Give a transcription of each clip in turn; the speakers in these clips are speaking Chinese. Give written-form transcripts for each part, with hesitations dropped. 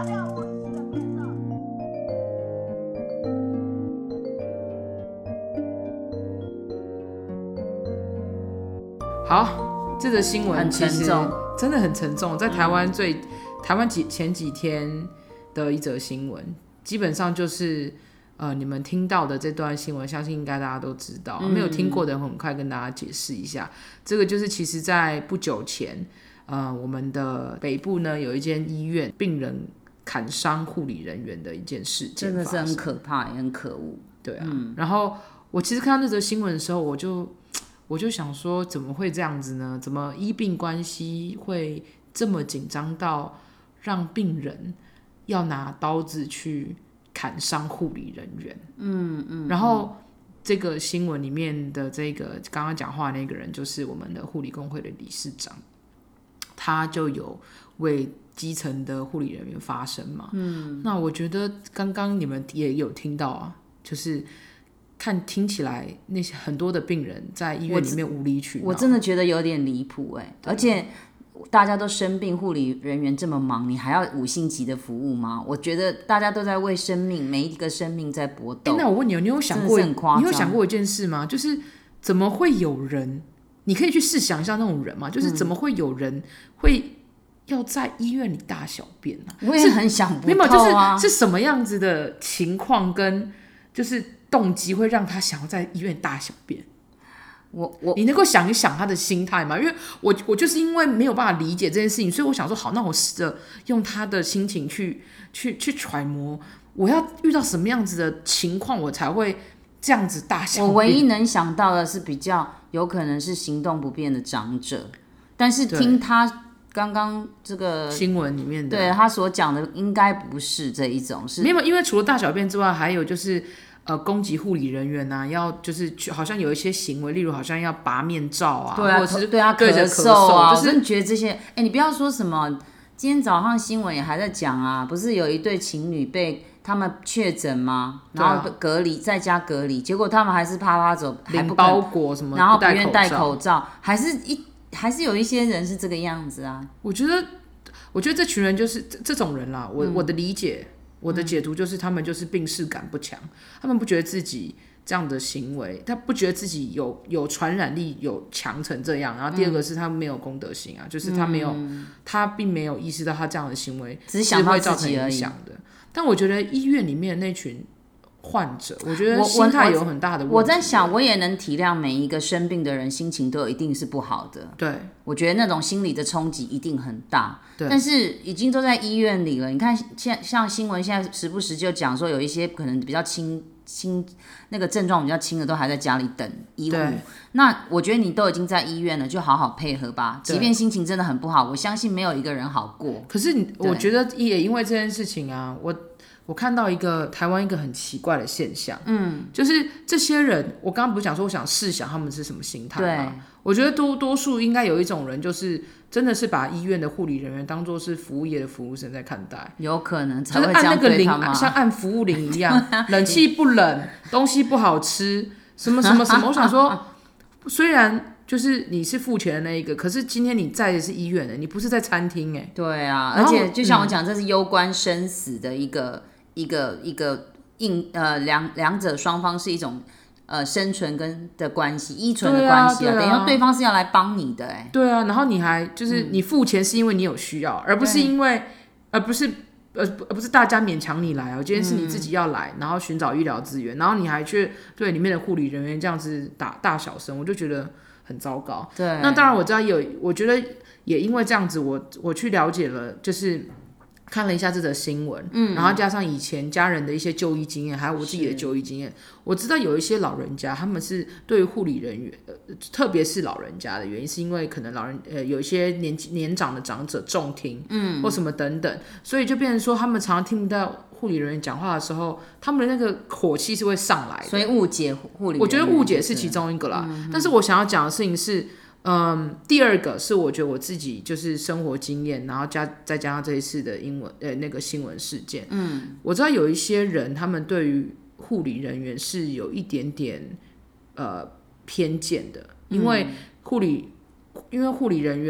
好，这则新闻其实真的很沉重，在台湾前几天的一则新闻，基本上就是你们听到的这段新闻，相信应该大家都知道，没有听过的人很快跟大家解释一下。这个就是其实在不久前，我们的北部呢有一间医院病人砍伤护理人员的一件事件， 真的是很可怕也很可恶。 对啊，然后我其实看到那则新闻的时候，我就想说，怎么会这样子呢？怎么医病关系会这么紧张到让病人要拿刀子去砍伤护理人员？然后这个新闻里面的这个刚刚讲话那个人，就是我们的护理工会的理事长，他就有为基层的护理人员发声嘛。那我觉得刚刚你们也有听到啊，就是听起来那些很多的病人在医院里面无理取闹， 我真的觉得有点离谱而且大家都生病，护理人员这么忙，你还要5星级的服务吗？我觉得大家都在为生命，每一个生命在搏斗。 那我问你，你有想过一件事吗？就是怎么会有人，你可以去试想一下那种人吗？就是怎么会有人会要在医院里大小便呢？ 我也很想不透啊，就是什么样子的情况跟就是动机会让他想要在医院大小便？你能够想一想他的心态吗？因为我就是因为没有办法理解这件事情，所以我想说，好，那我试着用他的心情去揣摩，我要遇到什么样子的情况，我才会这样子大小便。 我唯一能想到的是比较有可能是行动不便的长者，但是听他刚刚这个新闻里面的， 对他所讲的，应该不是这一种，是没有，因为除了大小便之外，还有就是攻击护理人员啊，要就是好像有一些行为，例如好像要拔面罩啊， 对啊， 或者是对他对着咳嗽啊， 就是我真的觉得这些，你不要说什么，今天早上新闻也还在讲啊，不是有一对情侣被他们确诊吗？然后隔离，在家隔离，结果他们还是啪走， 领包裹什么， 然后不愿戴口罩，还是有一些人是这个样子啊。 我觉得这群人就是这种人啦，我的理解。我的解读就是他们就是病识感不强，他们不觉得自己这样的行为，他不觉得自己有传染力，有强成这样。然后第二个是他没有公德心啊，就是他并没有意识到他这样的行为只是想到会造成影响的。但我觉得医院里面的那群患者，我觉得心态有很大的问题。 我在想，我也能体谅每一个生病的人心情都一定是不好的。 对， 我觉得那种心理的冲击一定很大。但是已经都在医院里了，你看像新闻现在时不时就讲说，有一些可能比较轻那个症状比较轻的，都还在家里等医护。那我觉得你都已经在医院了，就好好配合吧。即便心情真的很不好，我相信没有一个人好过。 可是我觉得也因为这件事情啊，我看到台湾一个很奇怪的现象，就是这些人，我刚刚不是讲说我想试想他们是什么心态吗？我觉得多数应该有一种人，就是真的是把医院的护理人员当作是服务业的服务生在看待， 有可能才会就是按那个铃，像按服务铃一样，冷气不冷，东西不好吃，什么什么什么。我想说，虽然就是你是付钱的那一个，可是今天你在的是医院的，你不是在餐厅哎。 对啊，而且就像我讲，这是攸关生死的一个两者双方是一种生存的关系，依存的关系啊，等于说对方是要来帮你的对啊，然后你还就是你付钱是因为你有需要，而不是因为不是大家勉强你来哦，今天是你自己要来，然后寻找医疗资源，然后你还去对里面的护理人员这样子打大小声，我就觉得很糟糕。 对， 那当然我知道我觉得也因为这样子，我去了解了，就是看了一下这则新闻，然后加上以前家人的一些就医经验，还有我自己的就医经验，我知道有一些老人家，他们是对于护理人员，特别是老人家的原因，是因为可能有一些年长的长者重听，或什么等等，所以就变成说他们常常听不到护理人员讲话的时候，他们的那个火气是会上来的， 所以误解护理人员， 我觉得误解是其中一个啦。但是我想要讲的事情是。第二个是我觉得我自己就是生活经验，然后再加上这一次的那个新闻事件，我知道有一些人他们对于护理人员是有一点点偏见的，因为护理人员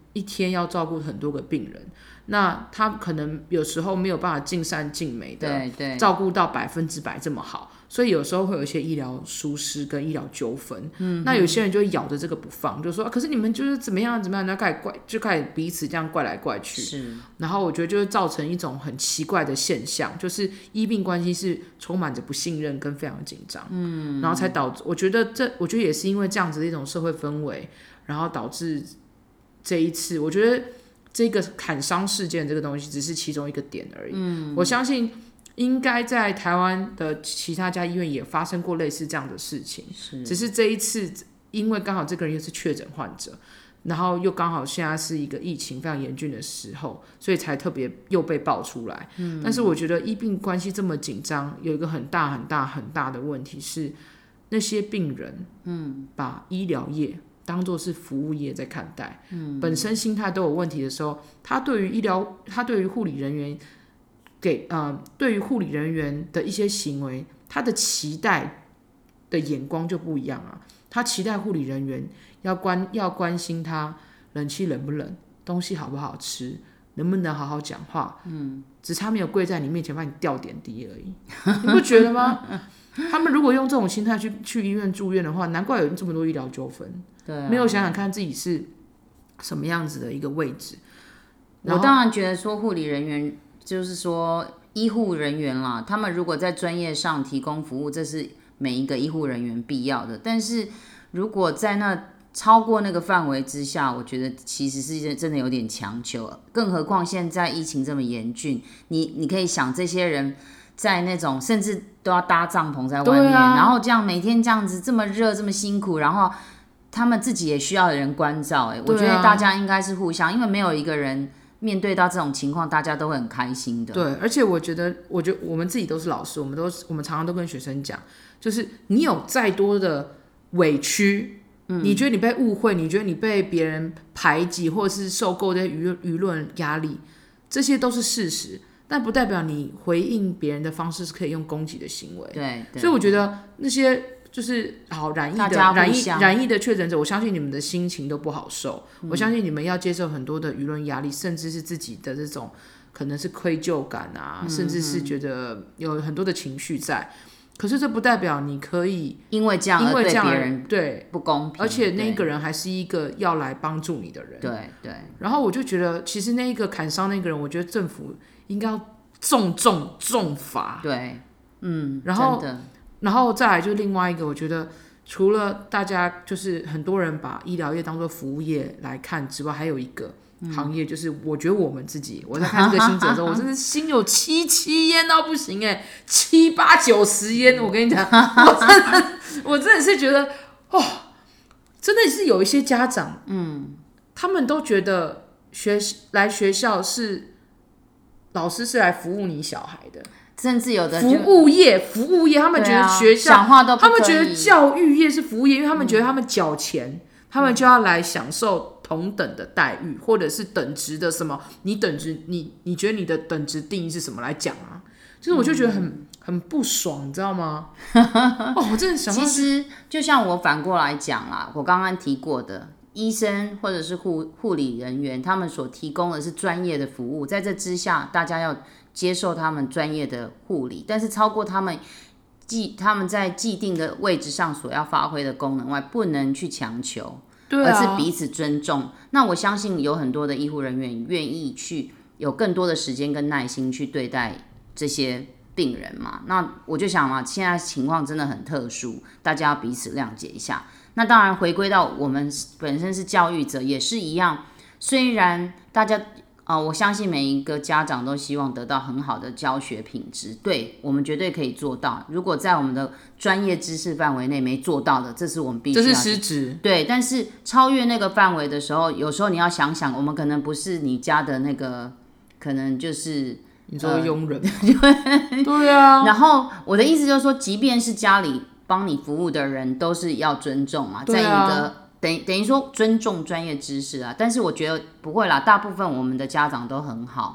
一天要照顾很多个病人，那他可能有时候没有办法尽善尽美的照顾到100%这么好，所以有时候会有一些医疗疏失跟医疗纠纷。那有些人就会咬着这个不放，就说、可是你们就是怎么样怎么样，然后开始彼此这样怪来怪去。 是， 然后我觉得就会造成一种很奇怪的现象，就是医病关系是充满着不信任跟非常紧张。然后才导致我觉得也是因为这样子的一种社会氛围，然后导致这一次，我觉得这个砍伤事件这个东西只是其中一个点而已。我相信应该在台湾的其他家医院也发生过类似这样的事情，只是这一次因为刚好这个人又是确诊患者，然后又刚好现在是一个疫情非常严峻的时候，所以才特别又被爆出来。但是我觉得医病关系这么紧张，有一个很大很大很大的问题是，那些病人把医疗业当作是服务业在看待，本身心态都有问题的时候，他对于护理人员对于护理人员的一些行为，他的期待的眼光就不一样啊。他期待护理人员要关心他冷气冷不冷，东西好不好吃，能不能好好讲话，只差没有跪在你面前帮你吊点滴而已，你不觉得吗？他们如果用这种心态去医院住院的话，难怪有这么多医疗纠纷。对、没有想想看自己是什么样子的一个位置。 我当然觉得说护理人员就是说医护人员啦，他们如果在专业上提供服务，这是每一个医护人员必要的。但是如果在那超过那个范围之下，我觉得其实是真的有点强求。更何况现在疫情这么严峻，你可以想这些人在那种甚至都要搭帐篷在外面，然后这样每天这样子这么热这么辛苦，然后他们自己也需要人关照。我觉得大家应该是互相，因为没有一个人面对到这种情况，大家都会很开心的。 对，而且我觉得我们自己都是老师，我们常常都跟学生讲，就是你有再多的委屈，你觉得你被误会，你觉得你被别人排挤，或者是受够这些舆论压力，这些都是事实，但不代表你回应别人的方式是可以用攻击的行为。 对， 所以我觉得那些就是好染疫的确诊者，我相信你们的心情都不好受。我相信你们要接受很多的舆论压力，甚至是自己的这种可能是愧疚感啊，甚至是觉得有很多的情绪在。可是这不代表你可以因为这样而对别人对不公平， 而且那个人还是一个要来帮助你的人。 对对。 然后我就觉得，其实那一个砍伤那个人，我觉得政府应该要重罚。 对， 然后再来就另外一个，我觉得除了大家就是很多人把医疗业当作服务业来看之外，还有一个行业，就是我觉得我们自己，我在看这个新闻的时候，我真的心有戚焉到不行7、8、90焉，我跟你讲，我真的是觉得真的是有一些家长，他们都觉得来学校是老师是来服务你小孩的。 甚至有的服务业，他们觉得学校讲话都不可以， 他们觉得教育业是服务业，因为他们觉得他们缴钱，他们就要来享受同等的待遇，或者是等值的什么？你等值，你觉得你的等值定义是什么来讲啊？就是我就觉得很不爽，你知道吗？我真的想到， 其实就像我反过来讲啦，我刚刚提过的。医生或者是护理人员，他们所提供的是专业的服务，在这之下，大家要接受他们专业的护理，但是超过他们在既定的位置上所要发挥的功能外，不能去强求，而是彼此尊重。那我相信有很多的医护人员愿意去有更多的时间跟耐心去对待这些病人嘛。那我就想嘛，现在情况真的很特殊，大家要彼此谅解一下。那当然回归到我们本身是教育者也是一样，虽然大家我相信每一个家长都希望得到很好的教学品质，对，我们绝对可以做到。如果在我们的专业知识范围内没做到的，这是我们必须要， 这是失职。对， 但是超越那个范围的时候，有时候你要想想，我们可能不是你家的那个，可能就是你说佣人，对啊。 然后我的意思就是说，即便是家里帮你服务的人都是要尊重嘛，在一个等于说尊重专业知识啊。但是我觉得不会啦，大部分我们的家长都很好，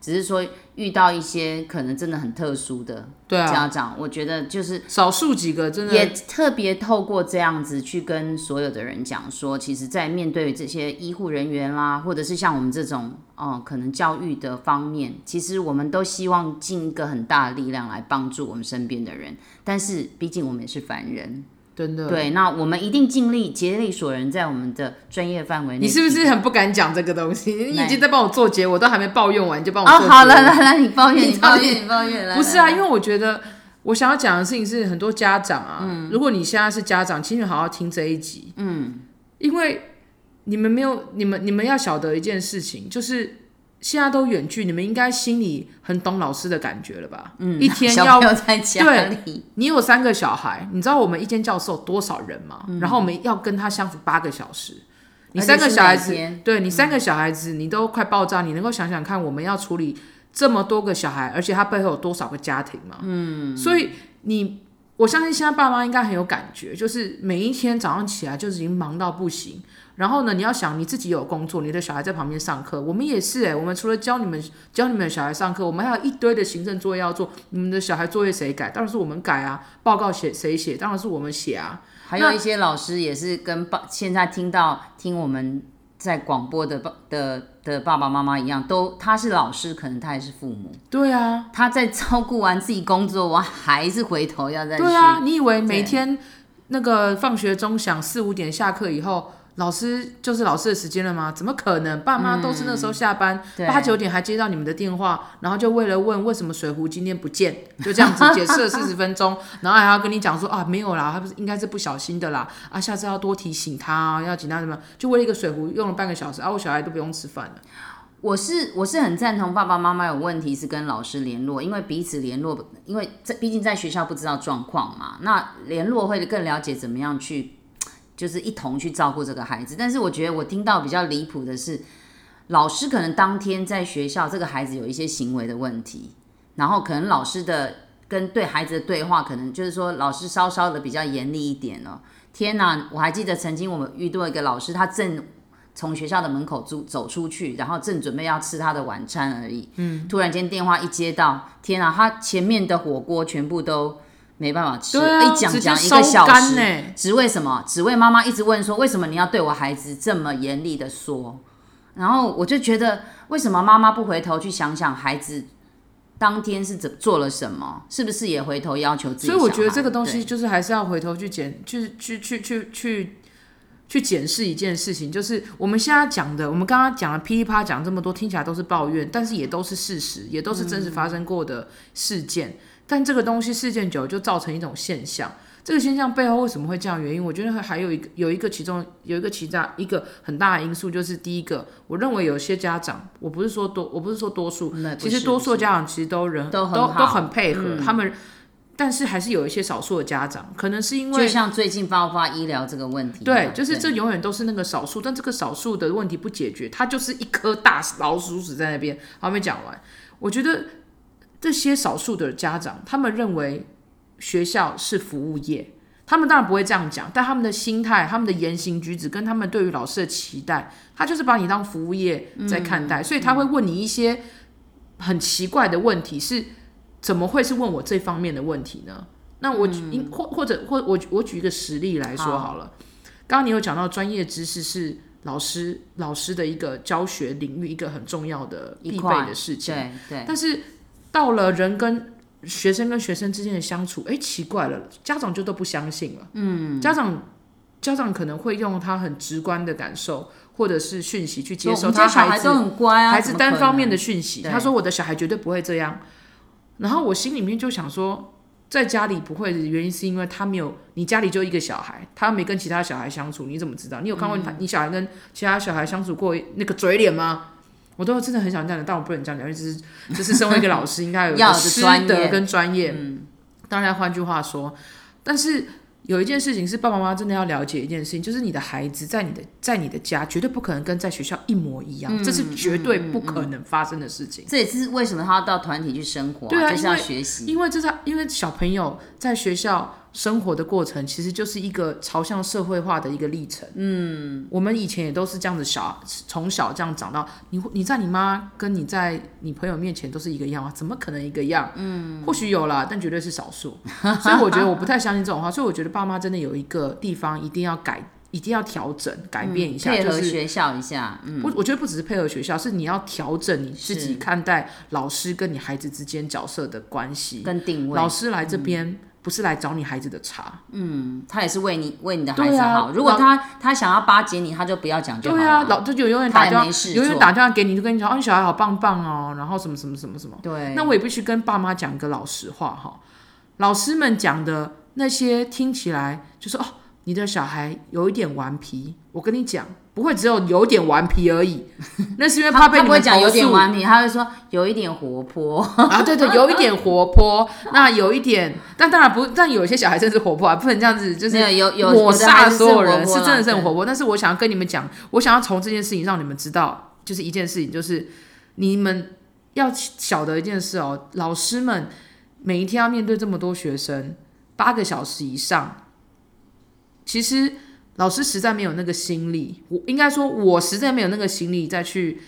只是说遇到一些可能真的很特殊的家长，我觉得就是少数几个真的也特别透过这样子去跟所有的人讲说，其实在面对这些医护人员啦，或者是像我们这种可能教育的方面，其实我们都希望尽一个很大的力量来帮助我们身边的人，但是毕竟我们也是凡人。 真的对，那我们一定尽力竭力所能，在我们的专业范围内。 你是不是很不敢讲这个东西？你已经在帮我做结，我都还没抱怨完，你就帮我做结。 好了，来，你抱怨，你抱怨。 不是啊，因为我觉得我想要讲的事情是，很多家长啊，如果你现在是家长，请你好好听这一集。因为你们没有，你们要晓得一件事情，就是现在都远距，你们应该心里很懂老师的感觉了吧？一天要小朋友在家里， 对，你有3个小孩，你知道我们一间教室有多少人吗？然后我们要跟他相处8个小时，你3个小孩子，对你3个小孩子，你都快爆炸，你能够想想看，我们要处理这么多个小孩，而且他背后有多少个家庭吗？所以我相信现在爸妈应该很有感觉，就是每一天早上起来就是已经忙到不行。然后呢，你要想你自己有工作，你的小孩在旁边上课，我们也是我们除了教你们的小孩上课，我们还有一堆的行政作业要做。你们的小孩作业谁改？当然是我们改啊。报告谁写？当然是我们写啊。 还有一些老师也是跟现在听我们在广播的爸爸妈妈一样，他是老师，可能他也是父母。 对啊， 他在照顾完自己工作完，还是回头要再去。 对啊，你以为每天那个放学钟响4、5点下课以后，老师就是老师的时间了吗？怎么可能？爸妈都是那时候下班，8、9点还接到你们的电话，然后就为了问为什么水壶今天不见，就这样子解释了40分钟，然后还要跟你讲说没有啦，他应该是不小心的啦，下次要多提醒他，要紧张什么，就为了一个水壶用了半个小时，我小孩都不用吃饭了。 我是很赞同爸爸妈妈有问题是跟老师联络，因为彼此联络，因为毕竟在学校不知道状况嘛，那联络会更了解怎么样去。就是一同去照顾这个孩子，但是我觉得我听到比较离谱的是，老师可能当天在学校这个孩子有一些行为的问题，然后可能老师的跟对孩子的对话，可能就是说老师稍稍的比较严厉一点了。天哪，我还记得曾经我们遇到一个老师，他正从学校的门口走出去，然后正准备要吃他的晚餐而已，突然间电话一接到，天哪，他前面的火锅全部都没办法吃，一讲1个小时，只为什么？只为妈妈一直问说，为什么你要对我孩子这么严厉的说？然后我就觉得，为什么妈妈不回头去想想孩子当天是做了什么？是不是也回头要求自己小孩？ 所以我觉得这个东西就是还是要回头去检视一件事情，就是我们现在讲的，我们刚刚讲的噼里啪啦讲这么多，听起来都是抱怨，但是也都是事实，也都是真实发生过的事件。但这个东西事件久就造成一种现象，这个现象背后为什么会这样？原因我觉得还有一个其中一个很大的因素，就是第一个，我认为有些家长，我不是说多数，其实多数家长其实都很配合，他们。但是还是有一些少数的家长，可能是因为就像最近爆发医疗这个问题， 对，就是这永远都是那个少数，但这个少数的问题不解决，它就是一颗大老鼠屎在那边。还没讲完，我觉得这些少数的家长，他们认为学校是服务业，他们当然不会这样讲，但他们的心态、他们的言行举止跟他们对于老师的期待，他就是把你当服务业在看待，所以他会问你一些很奇怪的问题，是怎么会是问我这方面的问题呢？那我或者我举一个实例来说好了。刚刚你有讲到专业知识是老师的一个教学领域一个很重要的必备的事情， 对。 但是到了人跟学生之间的相处，奇怪了，家长就都不相信了。家长可能会用他很直观的感受或者是讯息去接受他孩子都很乖啊， 孩子单方面的讯息。他说我的小孩绝对不会这样。然后我心里面就想说，在家里不会的原因是因为他没有，你家里就一个小孩，他没跟其他小孩相处，你怎么知道？你有看过你小孩跟其他小孩相处过那个嘴脸吗？我都真的很想这样讲，但我不能这样讲，因为这是身为一个老师应该有的师德跟专业。当然换句话说，但是有一件事情是爸爸妈妈真的要了解一件事情，就是你的孩子在你的家绝对不可能跟在学校一模一样，这是绝对不可能发生的事情。 这也是为什么他要到团体去生活， 对啊， 就是要学习。 因为小朋友在学校生活的过程，其实就是一个朝向社会化的一个历程。我们以前也都是这样子从小这样长到你在你妈跟你在你朋友面前都是一个样吗？怎么可能一个样？或许有啦，但绝对是少数。所以我觉得我不太相信这种话。所以我觉得爸妈真的有一个地方一定要调整改变一下， 配合学校一下。 我觉得不只是配合学校，是你要调整你自己看待老师跟你孩子之间角色的关系跟定位。 老师来这边不是来找你孩子的茬， 他也是为你的孩子好。如果他想要巴结你，他就不要讲就好了。 对啊，就永远打电话给你，就跟你讲，你小孩好棒棒哦，然后什么什么什么什么。 对， 那我也必须跟爸妈讲一个老实话哈，老师们讲的那些听起来就是你的小孩有一点顽皮，我跟你讲，不会只有点顽皮而已，那是因为怕被你们投诉。他不会讲有点顽皮，他会说有一点活泼啊，对，有一点活泼，那有一点，但当然不，但有一些小孩真是活泼啊，不能这样子，就是抹煞所有人，是真的是很活泼。但是我想要跟你们讲，我想要从这件事情让你们知道，就是一件事情，就是你们要晓得一件事哦，老师们每一天要面对这么多学生，8个小时以上。其实老师实在没有那个心力，我应该说，我实在没有那个心力再去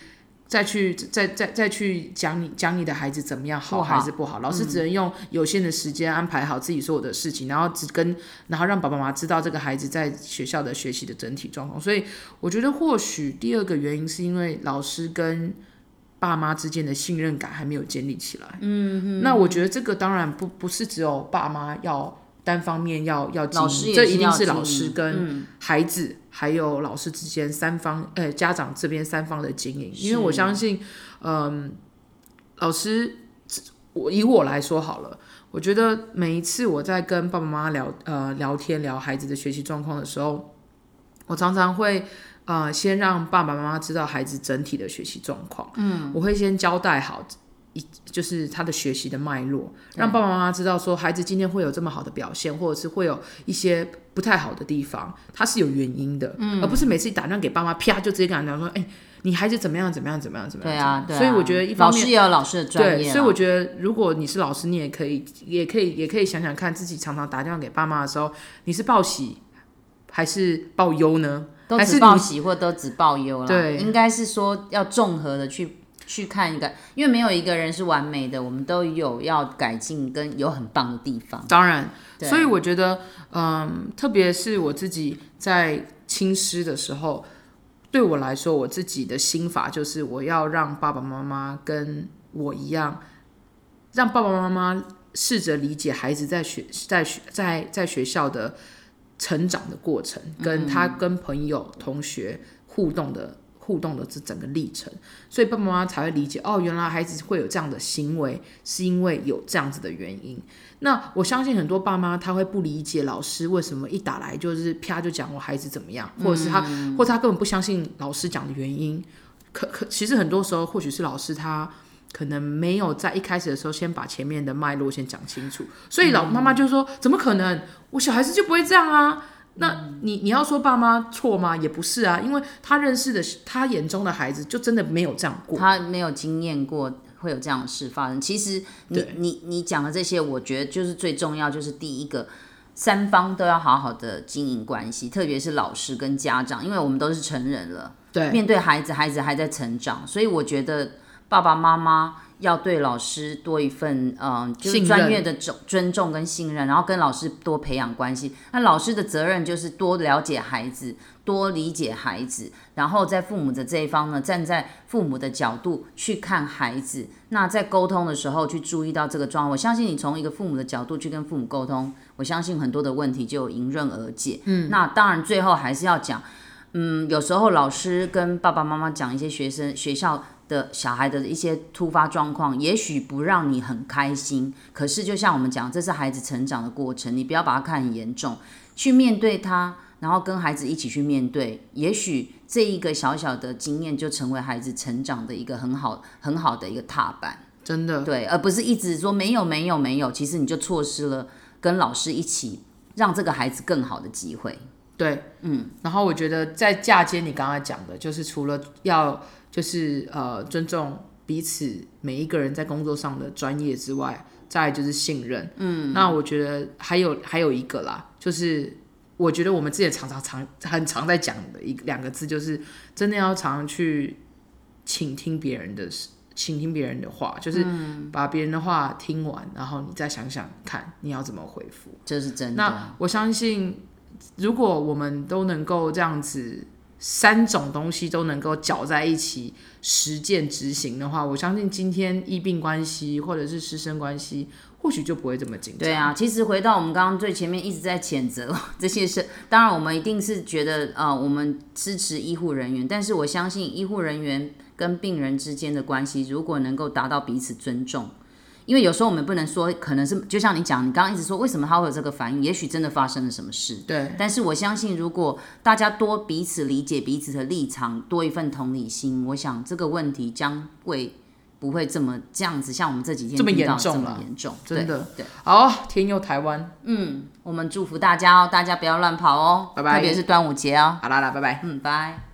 讲你的孩子怎么样好还是不好。老师只能用有限的时间安排好自己所有的事情，然后让爸爸妈妈知道这个孩子在学校的学习的整体状况。所以我觉得或许第二个原因是因为老师跟爸妈之间的信任感还没有建立起来。那我觉得这个当然不是只有爸妈要单方面要经营，这一定是老师跟孩子还有老师之间家长这边3方的经营。因为我相信老师以我来说好了，我觉得每一次我在跟爸爸妈妈聊天聊孩子的学习状况的时候，我常常会先让爸爸妈妈知道孩子整体的学习状况。我会先交代好就是他的学习的脉络，让爸爸妈妈知道说孩子今天会有这么好的表现，或者是会有一些不太好的地方，他是有原因的，而不是每次打电话给爸妈啪就直接跟他讲说，你孩子怎么样怎么样怎么样怎么样。对啊，所以我觉得一方面老师也有老师的专业， 对，所以我觉得如果你是老师，你也可以想想看自己常常打电话给爸妈的时候，你是报喜还是报忧呢？ 都只报喜或都只报忧啦。 对， 应该是说要综合的去看一个，因为没有一个人是完美的，我们都有要改进跟有很棒的地方。 当然，所以我觉得，特别是我自己在亲师的时候，对我来说，我自己的心法就是我要让爸爸妈妈跟我一样，让爸爸妈妈试着理解孩子在学校的成长的过程，跟他跟朋友同学互动的这整个历程，所以爸爸妈妈才会理解原来孩子会有这样的行为，是因为有这样子的原因。那我相信很多爸妈他会不理解老师为什么一打来就是啪就讲我孩子怎么样，或者是他根本不相信老师讲的原因。其实很多时候或许是老师他可能没有在一开始的时候先把前面的脉络先讲清楚，所以妈妈就说怎么可能，我小孩子就不会这样啊。那你要说爸妈错吗？也不是啊，因为他认识的他眼中的孩子就真的没有这样过， 他没有经验过会有这样的事发生。其实你讲的这些，我觉得就是最重要，就是第一个，3方都要好好的经营关系，特别是老师跟家长，因为我们都是成人了， 对， 面对孩子，孩子还在成长，所以我觉得爸爸妈妈要对老师多一份就是专业的尊重跟信任，然后跟老师多培养关系。那老师的责任就是多了解孩子，多理解孩子，然后在父母的这一方呢，站在父母的角度去看孩子。那在沟通的时候去注意到这个状况，我相信你从一个父母的角度去跟父母沟通，我相信很多的问题就迎刃而解。那当然最后还是要讲，有时候老师跟爸爸妈妈讲一些学校的小孩的一些突发状况，也许不让你很开心，可是就像我们讲，这是孩子成长的过程，你不要把它看很严重，去面对它，然后跟孩子一起去面对，也许这一个小小的经验就成为孩子成长的一个很好的一个踏板。 真的， 对，而不是一直说没有，其实你就错失了跟老师一起让这个孩子更好的机会。 对，然后我觉得在嫁接你刚才讲的，就是除了要就是尊重彼此每一个人在工作上的专业之外， 再来就是信任。那我觉得还有一个啦，就是我觉得我们之前很常在讲的两个字，就是真的要常常去倾听别人的话，就是把别人的话听完，然后你再想想看你要怎么回复， 这是真的。 那我相信，如果我们都能够这样子3种东西都能够搅在一起实践执行的话，我相信今天医病关系或者是师生关系或许就不会这么紧张。 对啊，其实回到我们刚刚最前面一直在谴责这些事，当然我们一定是觉得我们支持医护人员，但是我相信医护人员跟病人之间的关系如果能够达到彼此尊重，因为有时候我们不能说，可能是就像你讲，你刚刚一直说为什么他会有这个反应，也许真的发生了什么事。 对。 但是我相信，如果大家多彼此理解彼此的立场，多一份同理心，我想这个问题将不会这样子，像我们这几天这么严重了， 真的。 对，好，天佑台湾。 我们祝福大家哦，大家不要乱跑哦， 拜拜。 特别是端午节哦。 好啦，拜拜。 拜。